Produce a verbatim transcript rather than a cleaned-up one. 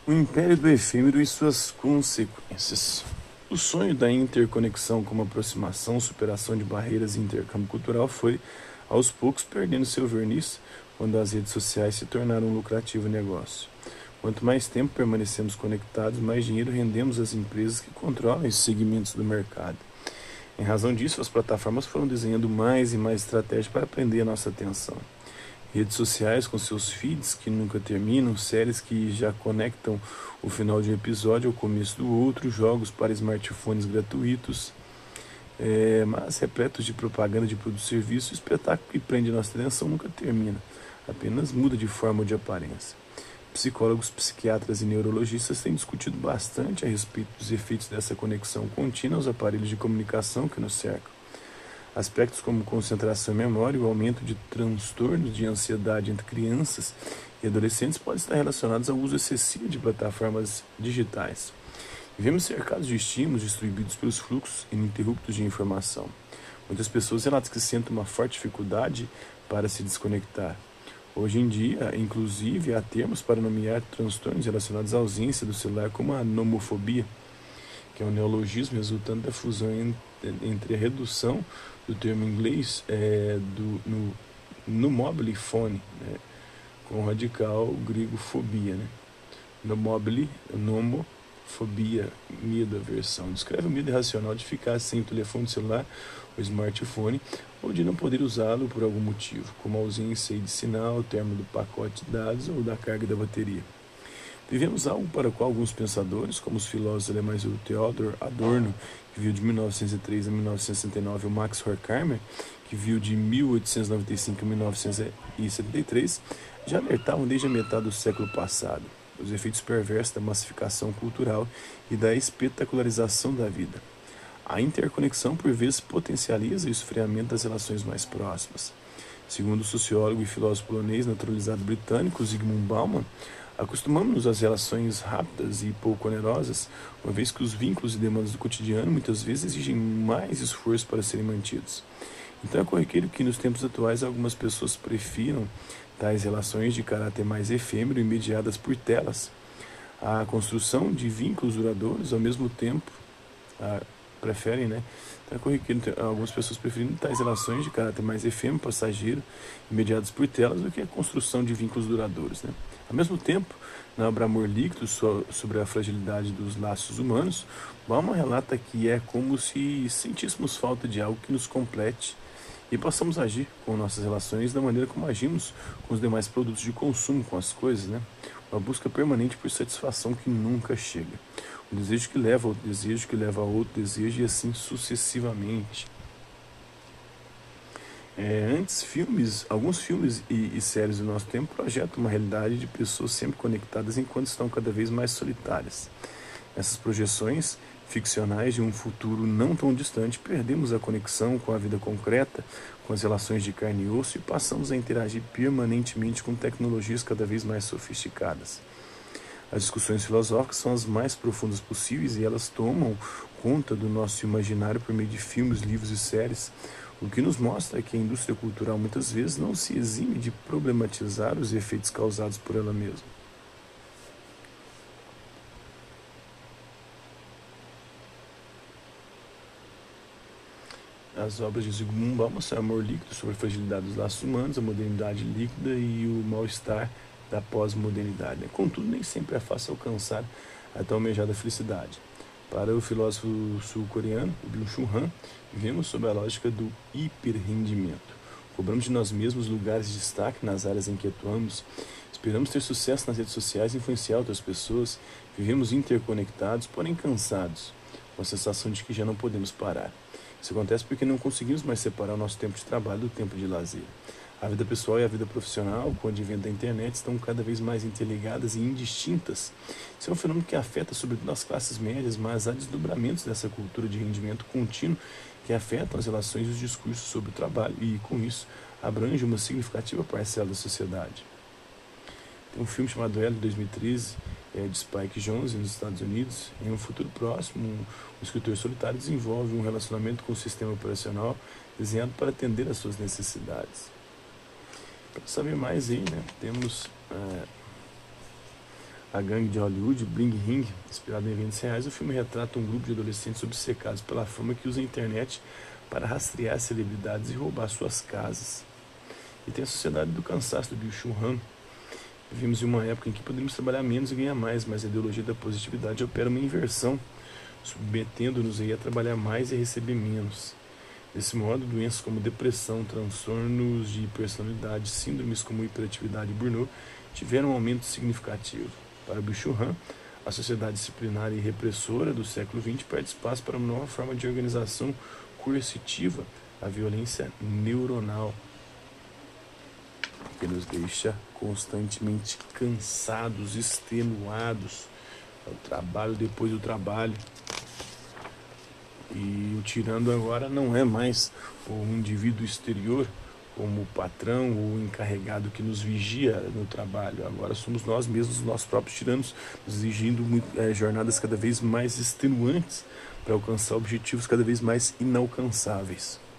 O império do efêmero e suas consequências. O sonho da interconexão como aproximação, superação de barreiras e intercâmbio cultural foi, aos poucos, perdendo seu verniz quando as redes sociais se tornaram um lucrativo negócio. Quanto mais tempo permanecemos conectados, mais dinheiro rendemos às empresas que controlam esses segmentos do mercado. Em razão disso, as plataformas foram desenhando mais e mais estratégias para prender a nossa atenção. Redes sociais com seus feeds que nunca terminam, séries que já conectam o final de um episódio ao começo do outro, jogos para smartphones gratuitos, é, mas repletos de propaganda de produto e serviço, o espetáculo que prende nossa atenção nunca termina, apenas muda de forma ou de aparência. Psicólogos, psiquiatras e neurologistas têm discutido bastante a respeito dos efeitos dessa conexão contínua aos aparelhos de comunicação que nos cercam. Aspectos como concentração e memória e o aumento de transtornos de ansiedade entre crianças e adolescentes podem estar relacionados ao uso excessivo de plataformas digitais. Vivemos cercados de estímulos distribuídos pelos fluxos ininterruptos de informação. Muitas pessoas relatam que sentem uma forte dificuldade para se desconectar. Hoje em dia, inclusive, há termos para nomear transtornos relacionados à ausência do celular, como a nomofobia, que é um neologismo resultante da fusão entre a redução do termo inglês é, do, no, no mobile phone, né, com o radical grego fobia. Né? No mobile, nomofobia, medo, aversão. Descreve o medo irracional de ficar sem o telefone celular ou smartphone, ou de não poder usá-lo por algum motivo, como a ausência de sinal, término do pacote de dados ou da carga da bateria. Vivemos algo para o qual alguns pensadores, como os filósofos alemães o Theodor Adorno, que viu de mil novecentos e três a mil novecentos e sessenta e nove, e o Max Horkheimer, que viu de mil oitocentos e noventa e cinco a mil novecentos e setenta e três, já alertavam desde a metade do século passado os efeitos perversos da massificação cultural e da espetacularização da vida. A interconexão, por vezes, potencializa o esfriamento das relações mais próximas. Segundo o sociólogo e filósofo polonês naturalizado britânico Zygmunt Bauman, acostumamos-nos às relações rápidas e pouco onerosas, uma vez que os vínculos e demandas do cotidiano muitas vezes exigem mais esforço para serem mantidos. Então é corriqueiro que nos tempos atuais algumas pessoas prefiram tais relações de caráter mais efêmero e mediadas por telas. A construção de vínculos duradouros, ao mesmo tempo, a, preferem, né? Então é corriqueiro, algumas pessoas preferem tais relações de caráter mais efêmero, passageiro e mediadas por telas do que a construção de vínculos duradouros, né? Ao mesmo tempo, na obra Amor Líquido, sobre a fragilidade dos laços humanos, Bauman relata que é como se sentíssemos falta de algo que nos complete e possamos agir com nossas relações da maneira como agimos com os demais produtos de consumo, com as coisas, né? Uma busca permanente por satisfação que nunca chega. Um desejo que leva a outro desejo, que leva a outro desejo e assim sucessivamente. É, antes, filmes, alguns filmes e, e séries do nosso tempo projetam uma realidade de pessoas sempre conectadas enquanto estão cada vez mais solitárias. Nessas projeções ficcionais de um futuro não tão distante, perdemos a conexão com a vida concreta, com as relações de carne e osso e passamos a interagir permanentemente com tecnologias cada vez mais sofisticadas. As discussões filosóficas são as mais profundas possíveis e elas tomam conta do nosso imaginário por meio de filmes, livros e séries, o que nos mostra que a indústria cultural muitas vezes não se exime de problematizar os efeitos causados por ela mesma. As obras de Zygmunt Bauman são Amor Líquido, sobre a fragilidade dos laços humanos, a modernidade líquida e o mal-estar da pós-modernidade. Contudo, nem sempre é fácil alcançar a tão almejada felicidade. Para o filósofo sul-coreano, Byung-Chul Han, vivemos sob a lógica do hiperrendimento. Cobramos de nós mesmos lugares de destaque nas áreas em que atuamos, esperamos ter sucesso nas redes sociais e influenciar outras pessoas, vivemos interconectados, porém cansados, com a sensação de que já não podemos parar. Isso acontece porque não conseguimos mais separar o nosso tempo de trabalho do tempo de lazer. A vida pessoal e a vida profissional, com o advento da internet, estão cada vez mais interligadas e indistintas. Isso é um fenômeno que afeta sobretudo as classes médias, mas há desdobramentos dessa cultura de rendimento contínuo que afetam as relações e os discursos sobre o trabalho e, com isso, abrange uma significativa parcela da sociedade. Tem um filme chamado Ela, de dois mil e treze, é, de Spike Jonze, nos Estados Unidos. Em um futuro próximo, um, um escritor solitário desenvolve um relacionamento com o sistema operacional desenhado para atender às suas necessidades. Para saber mais aí, né, temos é, A Gangue de Hollywood, Bling Ring, inspirado em eventos reais, o filme retrata um grupo de adolescentes obcecados pela fama que usa a internet para rastrear celebridades e roubar suas casas. E tem a Sociedade do Cansaço, do Byung-Chul Han. Vivemos em uma época em que podemos trabalhar menos e ganhar mais, mas a ideologia da positividade opera uma inversão, submetendo-nos a trabalhar mais e receber menos. Desse modo, doenças como depressão, transtornos de personalidade, síndromes como hiperatividade e burnout tiveram um aumento significativo. Para Byung-Chul Han, a sociedade disciplinar e repressora do século vinte perde espaço para uma nova forma de organização coercitiva, a violência neuronal, que nos deixa constantemente cansados, extenuados, o trabalho depois do trabalho. E o tirano agora não é mais o indivíduo exterior, como o patrão ou o encarregado que nos vigia no trabalho. Agora somos nós mesmos, os nossos próprios tiranos, nos exigindo muito, é, jornadas cada vez mais extenuantes para alcançar objetivos cada vez mais inalcançáveis.